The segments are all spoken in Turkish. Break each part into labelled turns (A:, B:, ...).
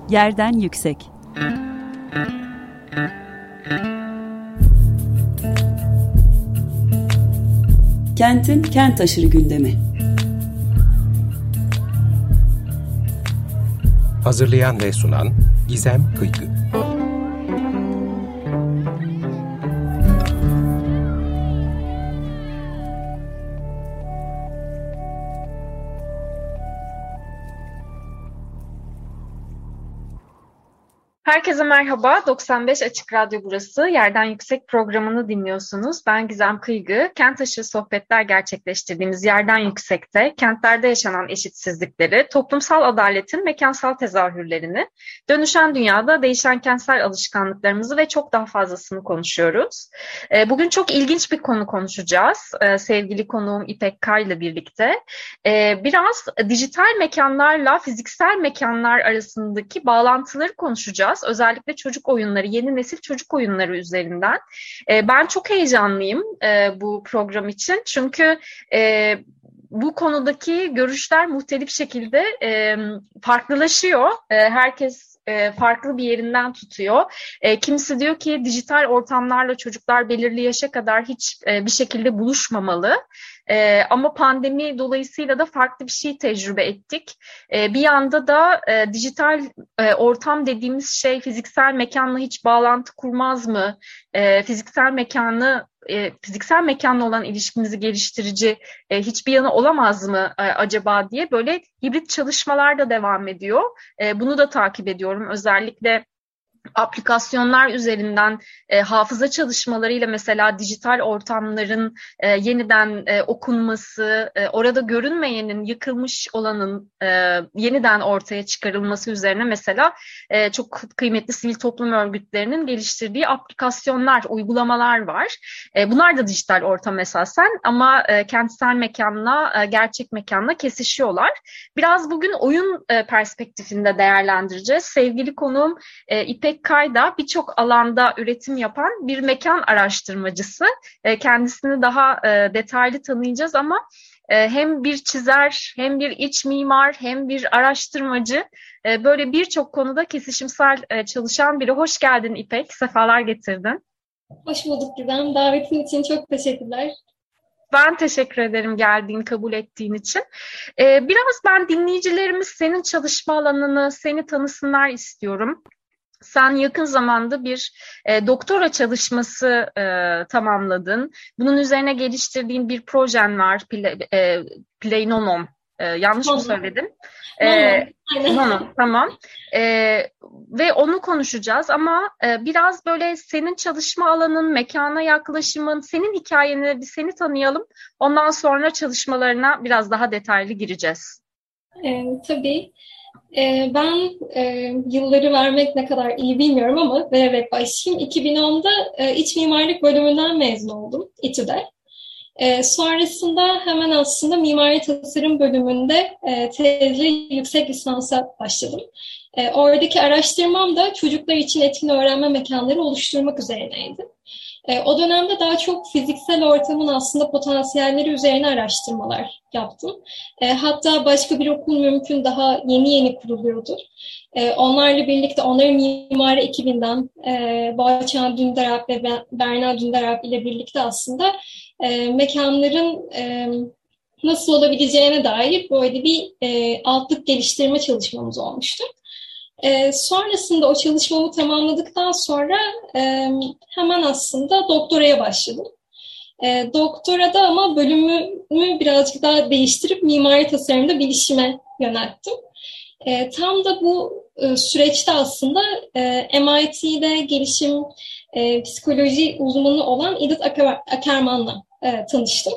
A: Yerden yüksek. Kentin kent aşırı gündemi.
B: Hazırlayan ve sunan Gizem Kıykı.
C: Herkese merhaba. 95 Açık Radyo burası. Yerden Yüksek programını dinliyorsunuz. Ben Gizem Kıygı. Kent aşırı sohbetler gerçekleştirdiğimiz Yerden Yüksek'te kentlerde yaşanan eşitsizlikleri, toplumsal adaletin mekansal tezahürlerini, dönüşen dünyada değişen kentsel alışkanlıklarımızı ve çok daha fazlasını konuşuyoruz. Bugün çok ilginç bir konu konuşacağız. Sevgili konuğum İpek Kay ile birlikte. Biraz dijital mekanlarla fiziksel mekanlar arasındaki bağlantıları konuşacağız. Özellikle çocuk oyunları, yeni nesil çocuk oyunları üzerinden. Ben çok heyecanlıyım bu program için. Çünkü bu konudaki görüşler muhtelif şekilde farklılaşıyor. Herkes farklı bir yerinden tutuyor. Kimisi diyor ki dijital ortamlarla çocuklar belirli yaşa kadar hiç bir şekilde buluşmamalı. Ama pandemi dolayısıyla da farklı bir şey tecrübe ettik. Bir yanda da dijital ortam dediğimiz şey fiziksel mekanla hiç bağlantı kurmaz mı? Fiziksel mekanla olan ilişkimizi geliştirici hiçbir yanı olamaz mı acaba diye böyle hibrit çalışmalar da devam ediyor. Bunu da takip ediyorum. Özellikle aplikasyonlar üzerinden hafıza çalışmalarıyla mesela dijital ortamların yeniden okunması, orada görünmeyenin, yıkılmış olanın yeniden ortaya çıkarılması üzerine mesela çok kıymetli sivil toplum örgütlerinin geliştirdiği aplikasyonlar, uygulamalar var. Bunlar da dijital ortam esasen ama kentsel mekanla, gerçek mekanla kesişiyorlar. Biraz bugün oyun perspektifinde değerlendireceğiz. Sevgili konuğum İpek Kayda birçok alanda üretim yapan bir mekan araştırmacısı. Kendisini daha detaylı tanıyacağız ama hem bir çizer, hem bir iç mimar, hem bir araştırmacı. Böyle birçok konuda kesişimsel çalışan biri. Hoş geldin İpek, sefalar getirdin.
D: Hoş bulduk Gizem. Davetin için çok teşekkürler.
C: Ben teşekkür ederim geldiğin, kabul ettiğin için. Biraz ben dinleyicilerimiz senin çalışma alanını, seni tanısınlar istiyorum. Sen yakın zamanda bir doktora çalışması tamamladın. Bunun üzerine geliştirdiğin bir projen var, Planonom. Yanlış mı söyledim? Nonom, tamam. Ve onu konuşacağız ama biraz böyle senin çalışma alanın, mekana yaklaşımın, senin hikayeni, bir seni tanıyalım. Ondan sonra çalışmalarına biraz daha detaylı gireceğiz.
D: Tabii. Ben yılları vermek ne kadar iyi bilmiyorum ama vererek başlayayım. 2010'da iç mimarlık bölümünden mezun oldum İTÜ'de. Sonrasında hemen aslında mimari tasarım bölümünde tezli yüksek lisansa başladım. Oradaki araştırmam da çocuklar için etkin öğrenme mekanları oluşturmak üzerineydi. O dönemde daha çok fiziksel ortamın aslında potansiyelleri üzerine araştırmalar yaptım. Hatta başka bir okul mümkün daha yeni kuruluyordu. Onlarla birlikte onların mimari ekibinden Boğaçan Dündaralp ve Berna Dündaralp ile birlikte aslında mekanların nasıl olabileceğine dair böyle bir altlık geliştirme çalışmamız olmuştu. Sonrasında o çalışmamı tamamladıktan sonra hemen aslında doktoraya başladım. Doktorada ama bölümümü birazcık daha değiştirip mimari tasarımda bilişime yönelttim. Tam da bu süreçte aslında MIT'de gelişim psikoloji uzmanı olan Edith Ackerman'la tanıştım.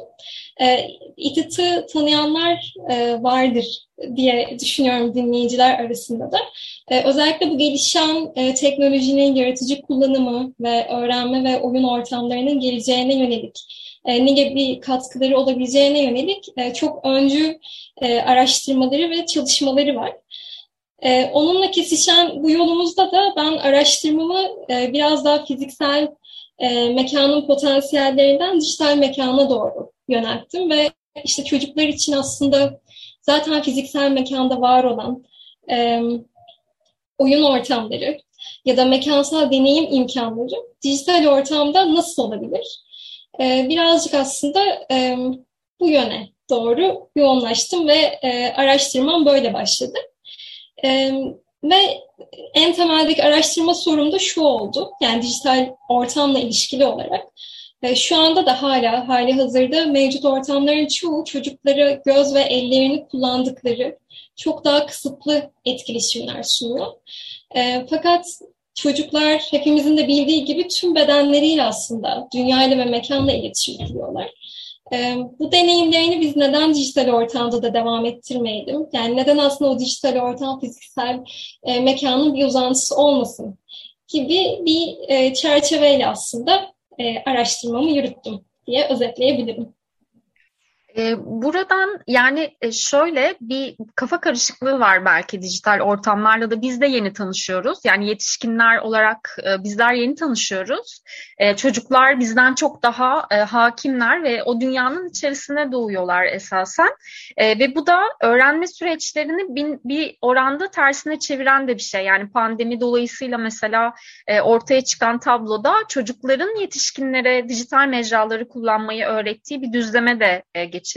D: Edith'i tanıyanlar vardır diye düşünüyorum dinleyiciler arasında da. Özellikle bu gelişen teknolojinin yaratıcı kullanımı ve öğrenme ve oyun ortamlarının geleceğine yönelik ne gibi katkıları olabileceğine yönelik çok öncü araştırmaları ve çalışmaları var. Onunla kesişen bu yolumuzda da ben araştırmamı biraz daha fiziksel mekanın potansiyellerinden dijital mekana doğru yönelttim ve işte çocuklar için aslında zaten fiziksel mekanda var olan oyun ortamları ya da mekansal deneyim imkanları dijital ortamda nasıl olabilir? Birazcık aslında bu yöne doğru yoğunlaştım ve araştırmam böyle başladı. Ve en temeldeki araştırma sorum da şu oldu. Yani dijital ortamla ilişkili olarak. Şu anda da hala hali hazırda mevcut ortamların çoğu çocuklara göz ve ellerini kullandıkları çok daha kısıtlı etkileşimler sunuyor. Fakat çocuklar hepimizin de bildiği gibi tüm bedenleriyle aslında dünyayla ve mekanla iletişim kuruyorlar. Bu deneyimlerini biz neden dijital ortamda da devam ettirmeyelim? Yani neden aslında o dijital ortam fiziksel mekanın bir uzantısı olmasın gibi bir çerçeveyle aslında araştırmamı yürüttüm diye özetleyebilirim.
C: Buradan yani şöyle bir kafa karışıklığı var belki dijital ortamlarla da biz de yeni tanışıyoruz. Yani yetişkinler olarak bizler yeni tanışıyoruz. Çocuklar bizden çok daha hakimler ve o dünyanın içerisine doğuyorlar esasen. Ve bu da öğrenme süreçlerini bir oranda tersine çeviren de bir şey. Yani pandemi dolayısıyla mesela ortaya çıkan tabloda çocukların yetişkinlere dijital mecraları kullanmayı öğrettiği bir düzleme de geçildi.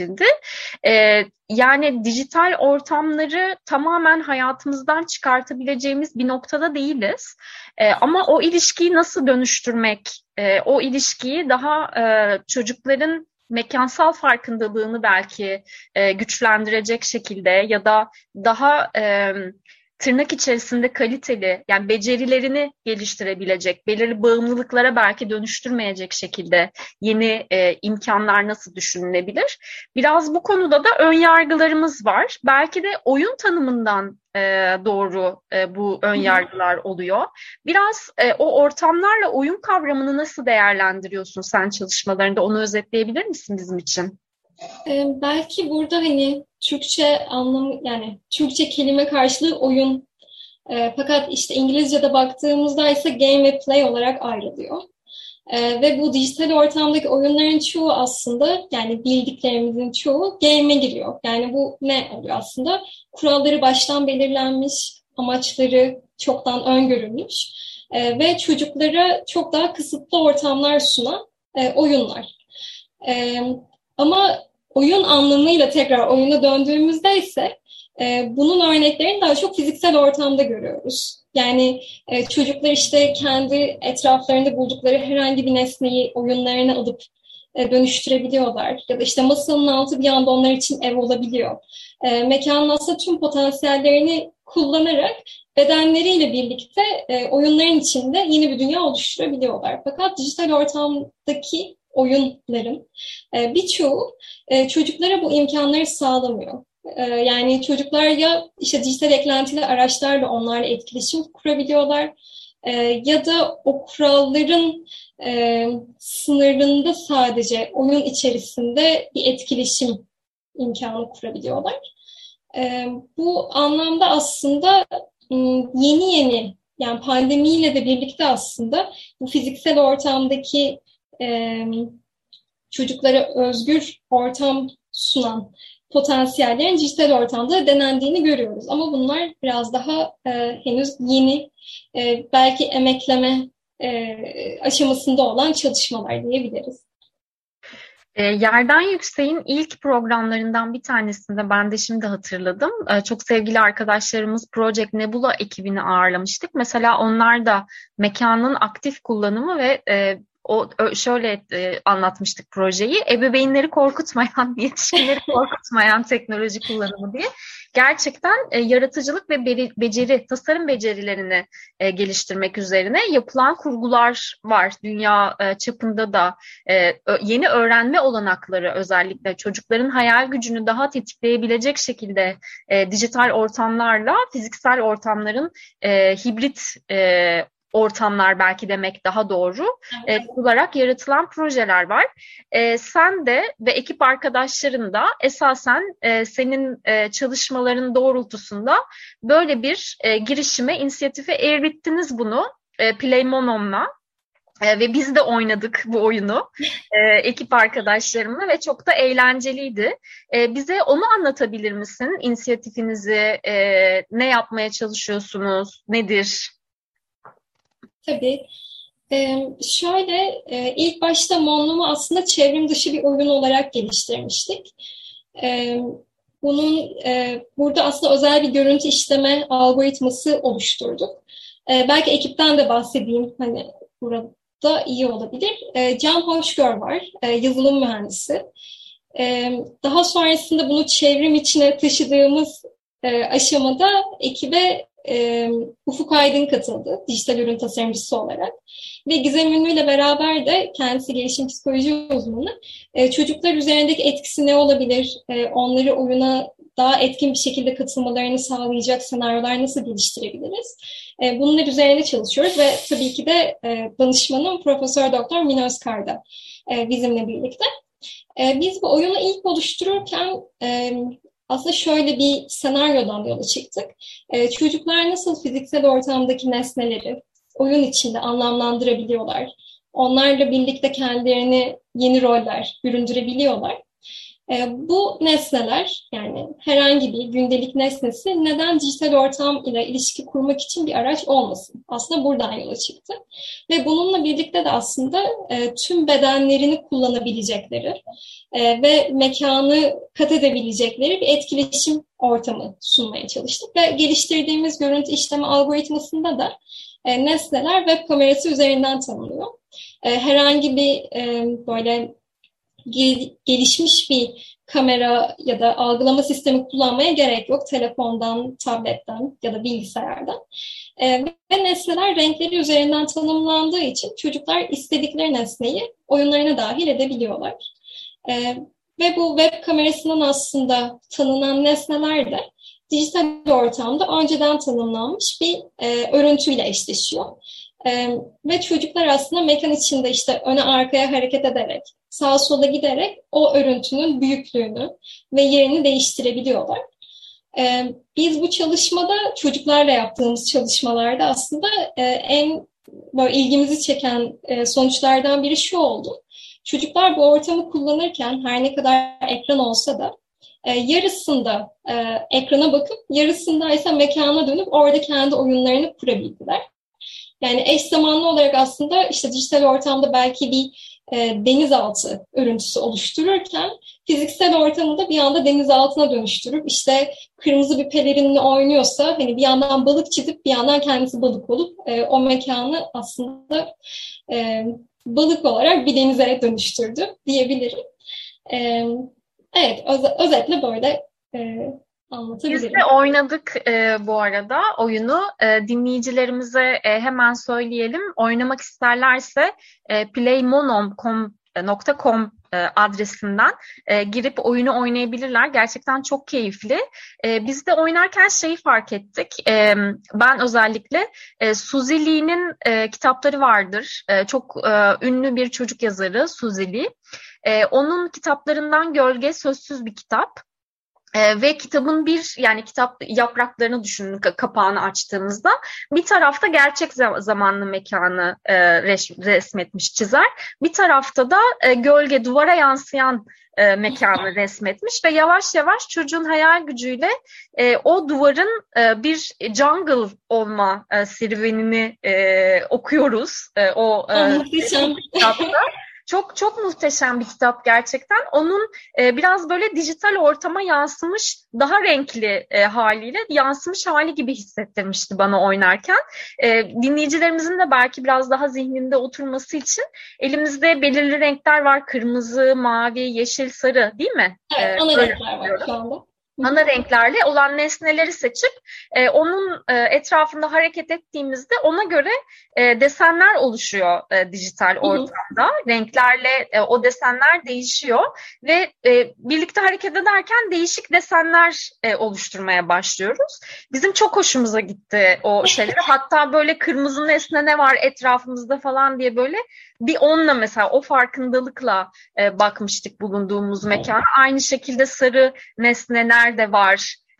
C: Yani dijital ortamları tamamen hayatımızdan çıkartabileceğimiz bir noktada değiliz. Ama o ilişkiyi nasıl dönüştürmek, o ilişkiyi daha çocukların mekansal farkındalığını belki güçlendirecek şekilde ya da daha tırnak içerisinde kaliteli, yani becerilerini geliştirebilecek, belirli bağımlılıklara belki dönüştürmeyecek şekilde yeni imkanlar nasıl düşünülebilir? Biraz bu konuda da ön yargılarımız var. Belki de oyun tanımından doğru bu ön yargılar oluyor. Biraz o ortamlarla oyun kavramını nasıl değerlendiriyorsun sen çalışmalarında? Onu özetleyebilir misin bizim için?
D: Belki burada hani Türkçe anlamı, yani Türkçe kelime karşılığı oyun. Fakat işte İngilizce'de baktığımızda ise game ve play olarak ayrılıyor. Ve bu dijital ortamdaki oyunların çoğu aslında, yani bildiklerimizin çoğu game'e giriyor. Yani bu ne oluyor aslında? Kuralları baştan belirlenmiş, amaçları çoktan öngörülmüş ve çocuklara çok daha kısıtlı ortamlar sunan oyunlar. Ama oyun anlamıyla tekrar oyuna döndüğümüzde ise bunun örneklerini daha çok fiziksel ortamda görüyoruz. Yani çocuklar işte kendi etraflarında buldukları herhangi bir nesneyi oyunlarına alıp dönüştürebiliyorlar. Ya da işte masanın altı bir anda onlar için ev olabiliyor. Mekanın aslında tüm potansiyellerini kullanarak bedenleriyle birlikte oyunların içinde yeni bir dünya oluşturabiliyorlar. Fakat dijital ortamdaki oyunların birçoğu çocuklara bu imkanları sağlamıyor. Yani çocuklar ya işte dijital eklentili araçlarla onlarla etkileşim kurabiliyorlar ya da o kuralların sınırında sadece oyun içerisinde bir etkileşim imkanı kurabiliyorlar. Bu anlamda aslında yeni yani pandemiyle de birlikte aslında bu fiziksel ortamdaki çocuklara özgür ortam sunan potansiyellerin dijital ortamda denendiğini görüyoruz. Ama bunlar biraz daha henüz yeni, belki emekleme aşamasında olan çalışmalar diyebiliriz.
C: Yerden Yüksek'in ilk programlarından bir tanesinde ben de şimdi hatırladım. Çok sevgili arkadaşlarımız Project Nebula ekibini ağırlamıştık. Mesela onlar da mekanın aktif kullanımı ve şöyle anlatmıştık projeyi. Ebeveynleri korkutmayan, yetişkinleri korkutmayan teknoloji kullanımı diye. Gerçekten yaratıcılık ve tasarım becerilerini geliştirmek üzerine yapılan kurgular var. Dünya çapında da yeni öğrenme olanakları, özellikle çocukların hayal gücünü daha tetikleyebilecek şekilde dijital ortamlarla fiziksel ortamların hibrit ortamlar belki demek daha doğru olarak yaratılan projeler var. Sen de ve ekip arkadaşların da esasen senin çalışmaların doğrultusunda böyle bir girişime, inisiyatife evrittiniz bunu Playmonom'la. Ve biz de oynadık bu oyunu ekip arkadaşlarımla ve çok da eğlenceliydi. Bize onu anlatabilir misin? İnisiyatifinizi, ne yapmaya çalışıyorsunuz, nedir?
D: Tabii. İlk başta Monlumu aslında çevrim dışı bir oyun olarak geliştirmiştik. Burada aslında özel bir görüntü işleme algoritması oluşturduk. Belki ekipten de bahsedeyim, hani burada iyi olabilir. Can Hoşgör var, yazılım mühendisi. Daha sonrasında bunu çevrim içine taşıdığımız aşamada ekibe Ufuk Aydın katıldı, dijital ürün tasarımcısı olarak. Ve Gizem Ünlü ile beraber de kendisi gelişim psikoloji uzmanı. Çocuklar üzerindeki etkisi ne olabilir? Onları oyuna daha etkin bir şekilde katılmalarını sağlayacak senaryolar nasıl geliştirebiliriz? Bunlar üzerine çalışıyoruz ve tabii ki de danışmanım Profesör Doktor Mine Özkar da bizimle birlikte. Biz bu oyunu ilk oluştururken aslında şöyle bir senaryodan yola çıktık. Çocuklar nasıl fiziksel ortamdaki nesneleri oyun içinde anlamlandırabiliyorlar? Onlarla birlikte kendilerini yeni roller büründürebiliyorlar. Bu nesneler, yani herhangi bir gündelik nesnesi neden dijital ortam ile ilişki kurmak için bir araç olmasın? Aslında buradan yola çıktı. Ve bununla birlikte de aslında tüm bedenlerini kullanabilecekleri ve mekanı kat edebilecekleri bir etkileşim ortamı sunmaya çalıştık. Ve geliştirdiğimiz görüntü işleme algoritmasında da nesneler web kamerası üzerinden tanımlıyor. Herhangi bir böyle gelişmiş bir kamera ya da algılama sistemi kullanmaya gerek yok. Telefondan, tabletten ya da bilgisayardan. Ve nesneler renkleri üzerinden tanımlandığı için çocuklar istedikleri nesneyi oyunlarına dahil edebiliyorlar. Ve bu web kamerasından aslında tanınan nesneler de dijital ortamda önceden tanımlanmış bir örüntüyle eşleşiyor. Ve çocuklar aslında mekan içinde işte öne arkaya hareket ederek, sağa sola giderek o örüntünün büyüklüğünü ve yerini değiştirebiliyorlar. Biz bu çalışmada, çocuklarla yaptığımız çalışmalarda aslında en böyle ilgimizi çeken sonuçlardan biri şu oldu. Çocuklar bu ortamı kullanırken her ne kadar ekran olsa da yarısında ekrana bakıp yarısında ise mekana dönüp orada kendi oyunlarını kurabildiler. Yani eş zamanlı olarak aslında işte dijital ortamda belki bir denizaltı örüntüsü oluştururken fiziksel ortamı da bir anda denizaltına dönüştürüp işte kırmızı bir pelerinle oynuyorsa hani bir yandan balık çizip bir yandan kendisi balık olup o mekanı aslında balık olarak bir denize dönüştürdü diyebilirim. Evet, özetle böyle anlatabilirim.
C: Biz de oynadık bu arada oyunu. Dinleyicilerimize hemen söyleyelim. Oynamak isterlerse playmonom.com adresinden girip oyunu oynayabilirler. Gerçekten çok keyifli. Biz de oynarken şeyi fark ettik. Ben özellikle Suzy Lee'nin kitapları vardır. Çok ünlü bir çocuk yazarı Suzy Lee. Onun kitaplarından Gölge Sözsüz bir kitap. Ve kitabın yani kitap yapraklarını düşünün kapağını açtığımızda bir tarafta gerçek zamanlı mekanı resmetmiş çizer. Bir tarafta da gölge duvara yansıyan mekanı resmetmiş ve yavaş yavaş çocuğun hayal gücüyle o duvarın bir jungle olma serüvenini okuyoruz. Kitapta. Çok çok muhteşem bir kitap gerçekten. Onun biraz böyle dijital ortama yansımış, daha renkli haliyle yansımış hali gibi hissettirmişti bana oynarken. Dinleyicilerimizin de belki biraz daha zihninde oturması için elimizde belirli renkler var. Kırmızı, mavi, yeşil, sarı değil mi?
D: Evet, ana renkler var şu anda.
C: Ana renklerle olan nesneleri seçip onun etrafında hareket ettiğimizde ona göre desenler oluşuyor dijital ortamda. Renklerle o desenler değişiyor ve birlikte hareket ederken değişik desenler oluşturmaya başlıyoruz. Bizim çok hoşumuza gitti o şeyler. Hatta böyle kırmızı nesne ne var etrafımızda falan diye böyle bir onunla mesela o farkındalıkla bakmıştık bulunduğumuz mekana. Aynı şekilde sarı nesneler de var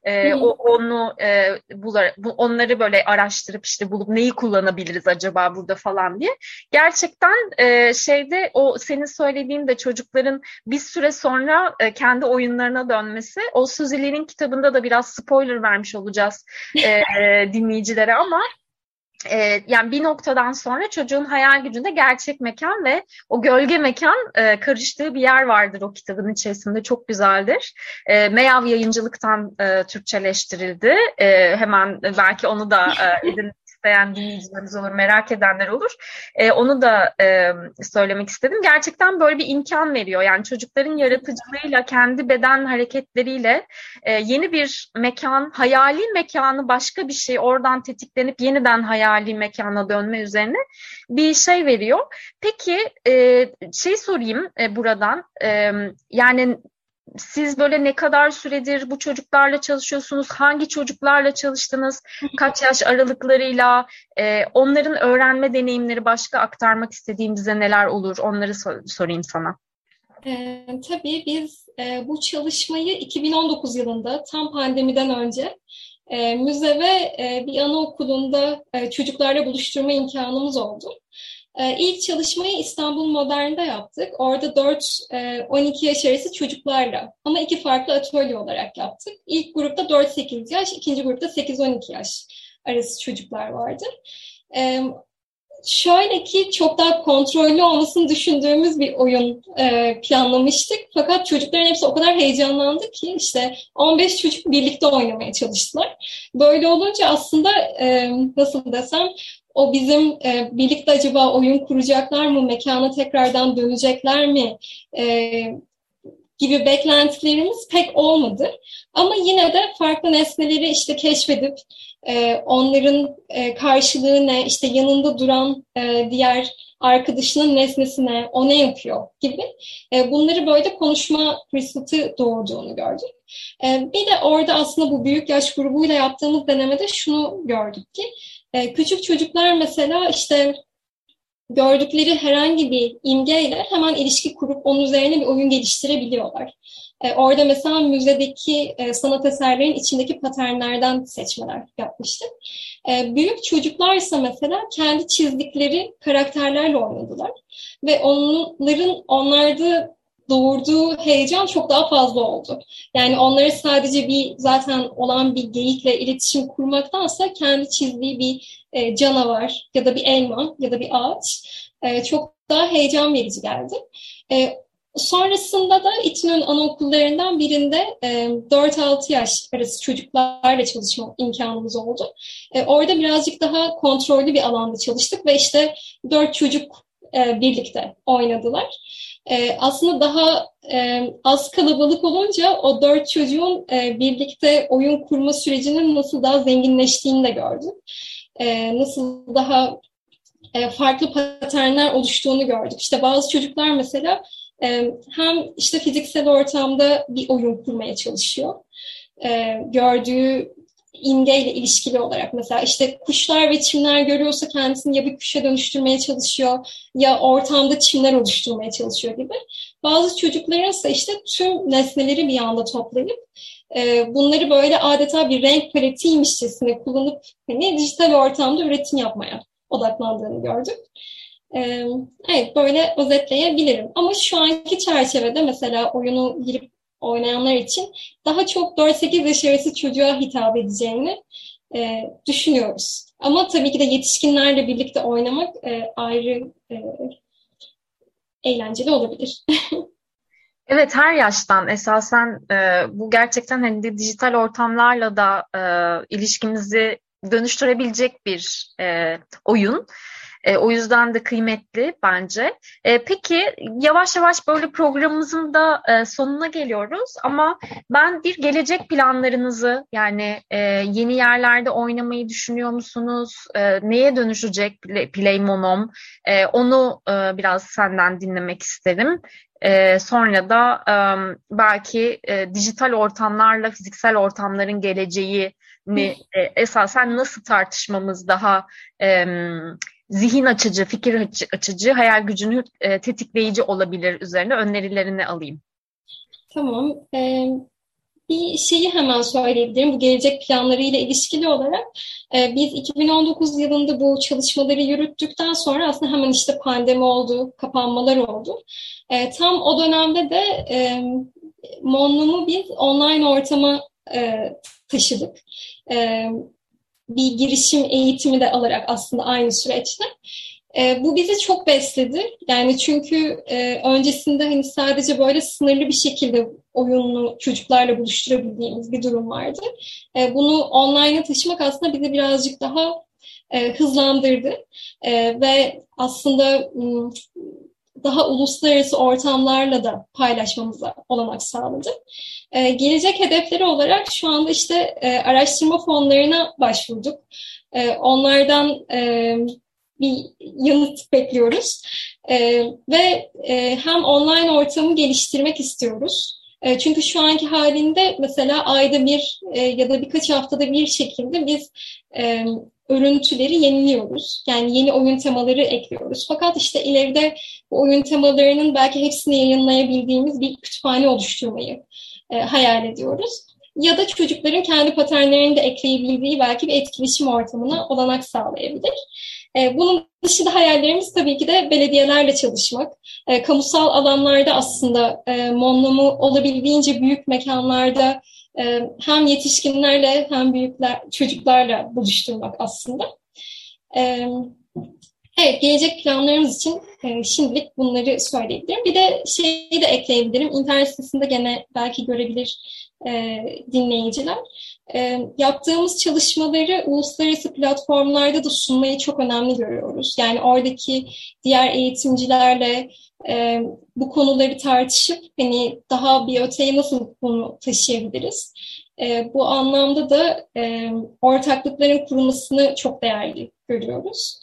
C: Onları böyle araştırıp işte bulup neyi kullanabiliriz acaba burada falan diye. Gerçekten o senin söylediğin de çocukların bir süre sonra kendi oyunlarına dönmesi. O Suzy Lee'nin kitabında da biraz spoiler vermiş olacağız dinleyicilere ama yani bir noktadan sonra çocuğun hayal gücünde gerçek mekan ve o gölge mekan karıştığı bir yer vardır o kitabın içerisinde. Çok güzeldir. Meyav Yayıncılık'tan Türkçeleştirildi. Hemen belki onu da edinmek isteyen dinleyicilerimiz olur, merak edenler olur. Onu da söylemek istedim. Gerçekten böyle bir imkan veriyor. Yani çocukların yaratıcılığıyla, kendi beden hareketleriyle yeni bir mekan, hayali mekanı başka bir şey oradan tetiklenip yeniden hayali mekana dönme üzerine bir şey veriyor. Peki sorayım buradan. Yani siz böyle ne kadar süredir bu çocuklarla çalışıyorsunuz? Hangi çocuklarla çalıştınız? Kaç yaş aralıklarıyla? Onların öğrenme deneyimleri başka aktarmak istediğimizde neler olur? Onları sorayım sana.
D: Tabii biz bu çalışmayı 2019 yılında tam pandemiden önce müze ve bir anaokulunda çocuklarla buluşturma imkanımız oldu. İlk çalışmayı İstanbul Modern'de yaptık. Orada 4-12 yaş arası çocuklarla ama 2 farklı atölye olarak yaptık. İlk grupta 4-8 yaş, ikinci grupta 8-12 yaş arası çocuklar vardı. Şöyle ki çok daha kontrollü olmasını düşündüğümüz bir oyun planlamıştık. Fakat çocukların hepsi o kadar heyecanlandı ki işte 15 çocuk birlikte oynamaya çalıştılar. Böyle olunca aslında nasıl desem o bizim birlikte acaba oyun kuracaklar mı, mekana tekrardan dönecekler mi gibi beklentilerimiz pek olmadı. Ama yine de farklı nesneleri işte keşfedip onların karşılığı ne, işte yanında duran diğer arkadaşının nesnesi ne, o ne yapıyor gibi bunları böyle konuşma fırsatı doğurduğunu gördük. Bir de orada aslında bu büyük yaş grubuyla yaptığımız denemede şunu gördük ki küçük çocuklar mesela işte gördükleri herhangi bir imgeyle hemen ilişki kurup onun üzerine bir oyun geliştirebiliyorlar. Orada mesela müzedeki sanat eserlerinin içindeki paternlerden seçmeler yapmıştık. Büyük çocuklarsa mesela kendi çizdikleri karakterlerle oynadılar. Ve onların onlarda doğurduğu heyecan çok daha fazla oldu. Yani onları sadece zaten olan bir geyikle iletişim kurmaktansa kendi çizdiği bir canavar ya da bir elma ya da bir ağaç çok daha heyecan verici geldi. Sonrasında da İTÜ'nün anaokullarından birinde 4-6 yaş arası çocuklarla çalışma imkanımız oldu. Orada birazcık daha kontrollü bir alanda çalıştık ve işte 4 çocuk birlikte oynadılar. Aslında daha az kalabalık olunca o 4 çocuğun birlikte oyun kurma sürecinin nasıl daha zenginleştiğini de gördük. Nasıl daha farklı paternler oluştuğunu gördük. İşte bazı çocuklar mesela hem işte fiziksel ortamda bir oyun kurmaya çalışıyor. Gördüğü imgeyle ilişkili olarak mesela işte kuşlar ve çimler görüyorsa kendisini ya bir kuşa dönüştürmeye çalışıyor ya ortamda çimler oluşturmaya çalışıyor gibi. Bazı çocukların ise işte tüm nesneleri bir anda toplayıp bunları böyle adeta bir renk paletiymişçesine kullanıp hani dijital ortamda üretim yapmaya odaklandığını gördük. Evet, böyle özetleyebilirim. Ama şu anki çerçevede mesela oyunu girip oynayanlar için daha çok 4-8 yaş arası çocuğa hitap edeceğini düşünüyoruz. Ama tabii ki de yetişkinlerle birlikte oynamak ayrı eğlenceli olabilir.
C: Evet, her yaştan esasen bu gerçekten hani de dijital ortamlarla da ilişkimizi dönüştürebilecek bir oyun. O yüzden de kıymetli bence. Peki yavaş yavaş böyle programımızın da sonuna geliyoruz ama ben bir gelecek planlarınızı yani yeni yerlerde oynamayı düşünüyor musunuz? Neye dönüşecek Playmonom? Onu biraz senden dinlemek isterim. Sonra da belki dijital ortamlarla fiziksel ortamların geleceğini esasen nasıl tartışmamız daha zihin açıcı, fikir açıcı, hayal gücünü tetikleyici olabilir üzerine önerilerini alayım.
D: Tamam. Bir şeyi hemen söyleyebilirim bu gelecek planlarıyla ilişkili olarak. Biz 2019 yılında bu çalışmaları yürüttükten sonra aslında hemen işte pandemi oldu, kapanmalar oldu. Tam o dönemde de Monlu'mu biz online ortama taşıdık. Bir girişim eğitimi de alarak aslında aynı süreçte. Bu bizi çok besledi. Yani çünkü öncesinde hani sadece böyle sınırlı bir şekilde oyunlu çocuklarla buluşturabildiğimiz bir durum vardı. Bunu online'a taşımak aslında bizi birazcık daha hızlandırdı. Ve aslında daha uluslararası ortamlarla da paylaşmamıza olanak sağladı. Gelecek hedefleri olarak şu anda işte araştırma fonlarına başvurduk. Onlardan bir yanıt bekliyoruz. Ve hem online ortamı geliştirmek istiyoruz. Çünkü şu anki halinde mesela ayda bir ya da birkaç haftada bir şekilde biz örüntüleri yeniliyoruz. Yani yeni oyun temaları ekliyoruz. Fakat işte ileride bu oyun temalarının belki hepsini yayınlayabildiğimiz bir kütüphane oluşturmayı hayal ediyoruz. Ya da çocukların kendi paternlerini de ekleyebildiği belki bir etkileşim ortamına olanak sağlayabilir. Bunun dışında hayallerimiz tabii ki de belediyelerle çalışmak. Kamusal alanlarda aslında Monlu'mu olabildiğince büyük mekanlarda hem yetişkinlerle hem çocuklarla buluşturmak aslında. Evet, gelecek planlarımız için şimdilik bunları söyleyebilirim. Bir de şeyi de ekleyebilirim. İnternet sitesinde gene belki görebilir dinleyiciler. Yaptığımız çalışmaları uluslararası platformlarda da sunmayı çok önemli görüyoruz. Yani oradaki diğer eğitimcilerle bu konuları tartışıp hani daha bir öteye nasıl bunu taşıyabiliriz? Bu anlamda da ortaklıkların kurulmasını çok değerli görüyoruz.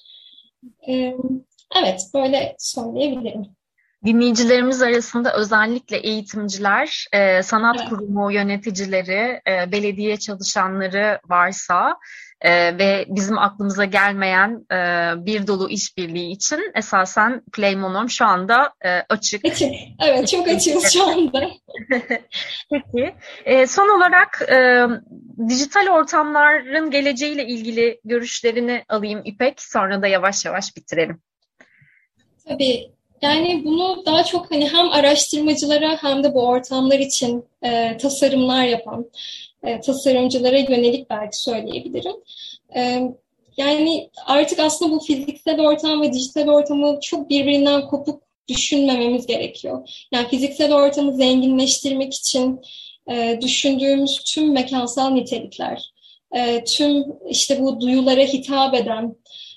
D: Evet, böyle söyleyebilirim.
C: Dinleyicilerimiz arasında özellikle eğitimciler, sanat kurumu yöneticileri, belediye çalışanları varsa ve bizim aklımıza gelmeyen bir dolu işbirliği için esasen Playmonom şu anda açık.
D: Açık, evet çok açığız şu anda.
C: Peki, son olarak dijital ortamların geleceğiyle ilgili görüşlerini alayım İpek, sonra da yavaş yavaş bitirelim.
D: Tabii. Yani bunu daha çok hani hem araştırmacılara hem de bu ortamlar için tasarımlar yapan tasarımcılara yönelik belki söyleyebilirim. Yani artık aslında bu fiziksel ortam ve dijital ortamı çok birbirinden kopuk düşünmememiz gerekiyor. Yani fiziksel ortamı zenginleştirmek için düşündüğümüz tüm mekansal nitelikler, tüm işte bu duyulara hitap eden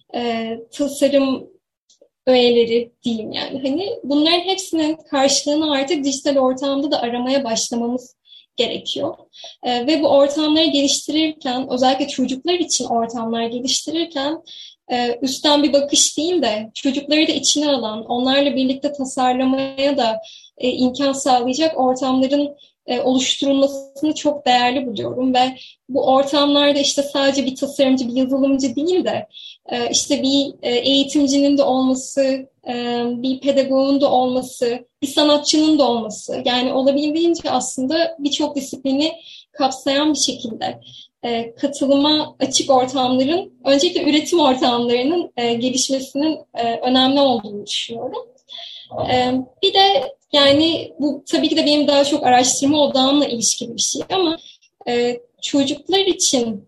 D: tasarım öğeleri diyeyim yani. Hani bunların hepsinin karşılığını artık dijital ortamda da aramaya başlamamız gerekiyor. Ve bu ortamları geliştirirken, özellikle çocuklar için ortamlar geliştirirken üstten bir bakış değil de çocukları da içine alan, onlarla birlikte tasarlamaya da imkan sağlayacak ortamların oluşturulmasını çok değerli buluyorum ve bu ortamlarda işte sadece bir tasarımcı, bir yazılımcı değil de işte bir eğitimcinin de olması, bir pedagogun da olması, bir sanatçının da olması, yani olabildiğince aslında birçok disiplini kapsayan bir şekilde katılıma açık ortamların, öncelikle üretim ortamlarının gelişmesinin önemli olduğunu düşünüyorum. Bir de yani bu tabii ki de benim daha çok araştırma odağımla ilişkili bir şey ama çocuklar için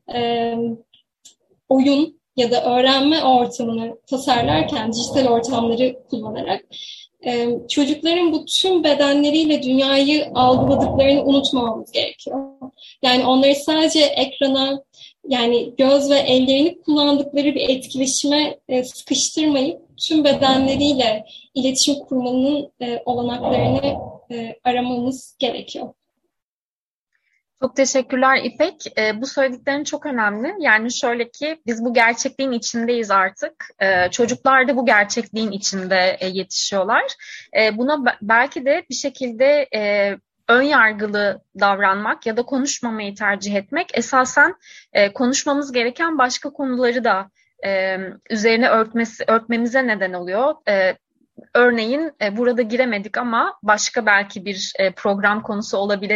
D: oyun ya da öğrenme ortamını tasarlarken dijital ortamları kullanarak çocukların bu tüm bedenleriyle dünyayı algıladıklarını unutmamamız gerekiyor. Yani onları sadece ekrana, yani göz ve ellerini kullandıkları bir etkileşime sıkıştırmayıp tüm bedenleriyle iletişim kurmanın olanaklarını aramamız gerekiyor.
C: Çok teşekkürler İpek. Bu söylediklerin çok önemli. Yani şöyle ki biz bu gerçekliğin içindeyiz artık. Çocuklar da bu gerçekliğin içinde yetişiyorlar. Buna belki de bir şekilde ön yargılı davranmak ya da konuşmamayı tercih etmek esasen konuşmamız gereken başka konuları da üzerine örtmemize neden oluyor. Örneğin burada giremedik ama başka belki bir program konusu olabilecek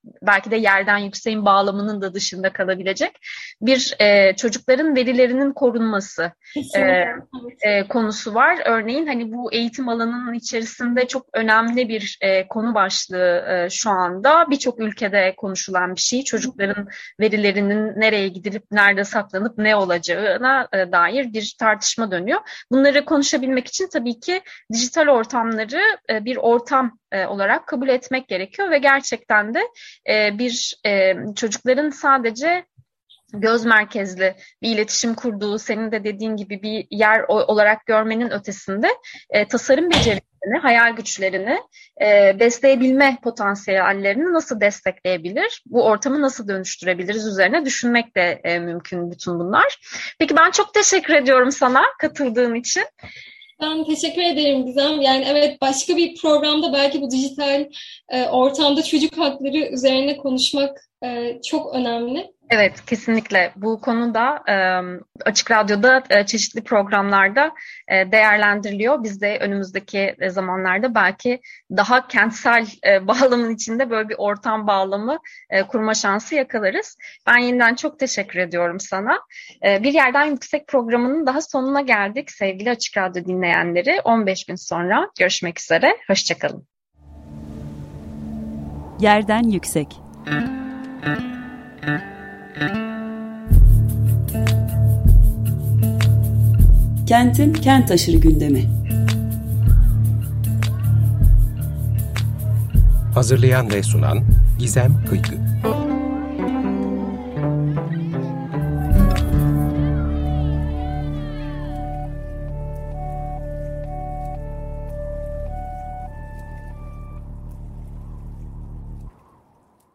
C: belki de yerden yükseğin bağlamının da dışında kalabilecek bir çocukların verilerinin korunması konusu var. Örneğin hani bu eğitim alanının içerisinde çok önemli bir konu başlığı şu anda. Birçok ülkede konuşulan bir şey. Çocukların verilerinin nereye gidilip nerede saklanıp ne olacağına dair bir tartışma dönüyor. Bunları konuşabilmek için tabii ki dijital ortamları bir ortam olarak kabul etmek gerekiyor ve gerçekten de bir çocukların sadece göz merkezli bir iletişim kurduğu, senin de dediğin gibi bir yer olarak görmenin ötesinde tasarım becerilerini, hayal güçlerini, besleyebilme potansiyellerini nasıl destekleyebilir, bu ortamı nasıl dönüştürebiliriz üzerine düşünmek de mümkün bütün bunlar. Peki ben çok teşekkür ediyorum sana katıldığın için.
D: Ben teşekkür ederim Gizem. Yani evet, başka bir programda belki bu dijital ortamda çocuk hakları üzerine konuşmak çok önemli.
C: Evet, kesinlikle. Bu konuda Açık Radyo'da çeşitli programlarda değerlendiriliyor. Biz de önümüzdeki zamanlarda belki daha kentsel bağlamın içinde böyle bir ortam bağlamı kurma şansı yakalarız. Ben yeniden çok teşekkür ediyorum sana. Bir Yerden Yüksek programının daha sonuna geldik sevgili Açık Radyo dinleyenleri. 15 gün sonra görüşmek üzere. Hoşçakalın.
A: Yerden Yüksek. Kentin kent aşırı gündemi.
B: Hazırlayan ve sunan Gizem Kıykı.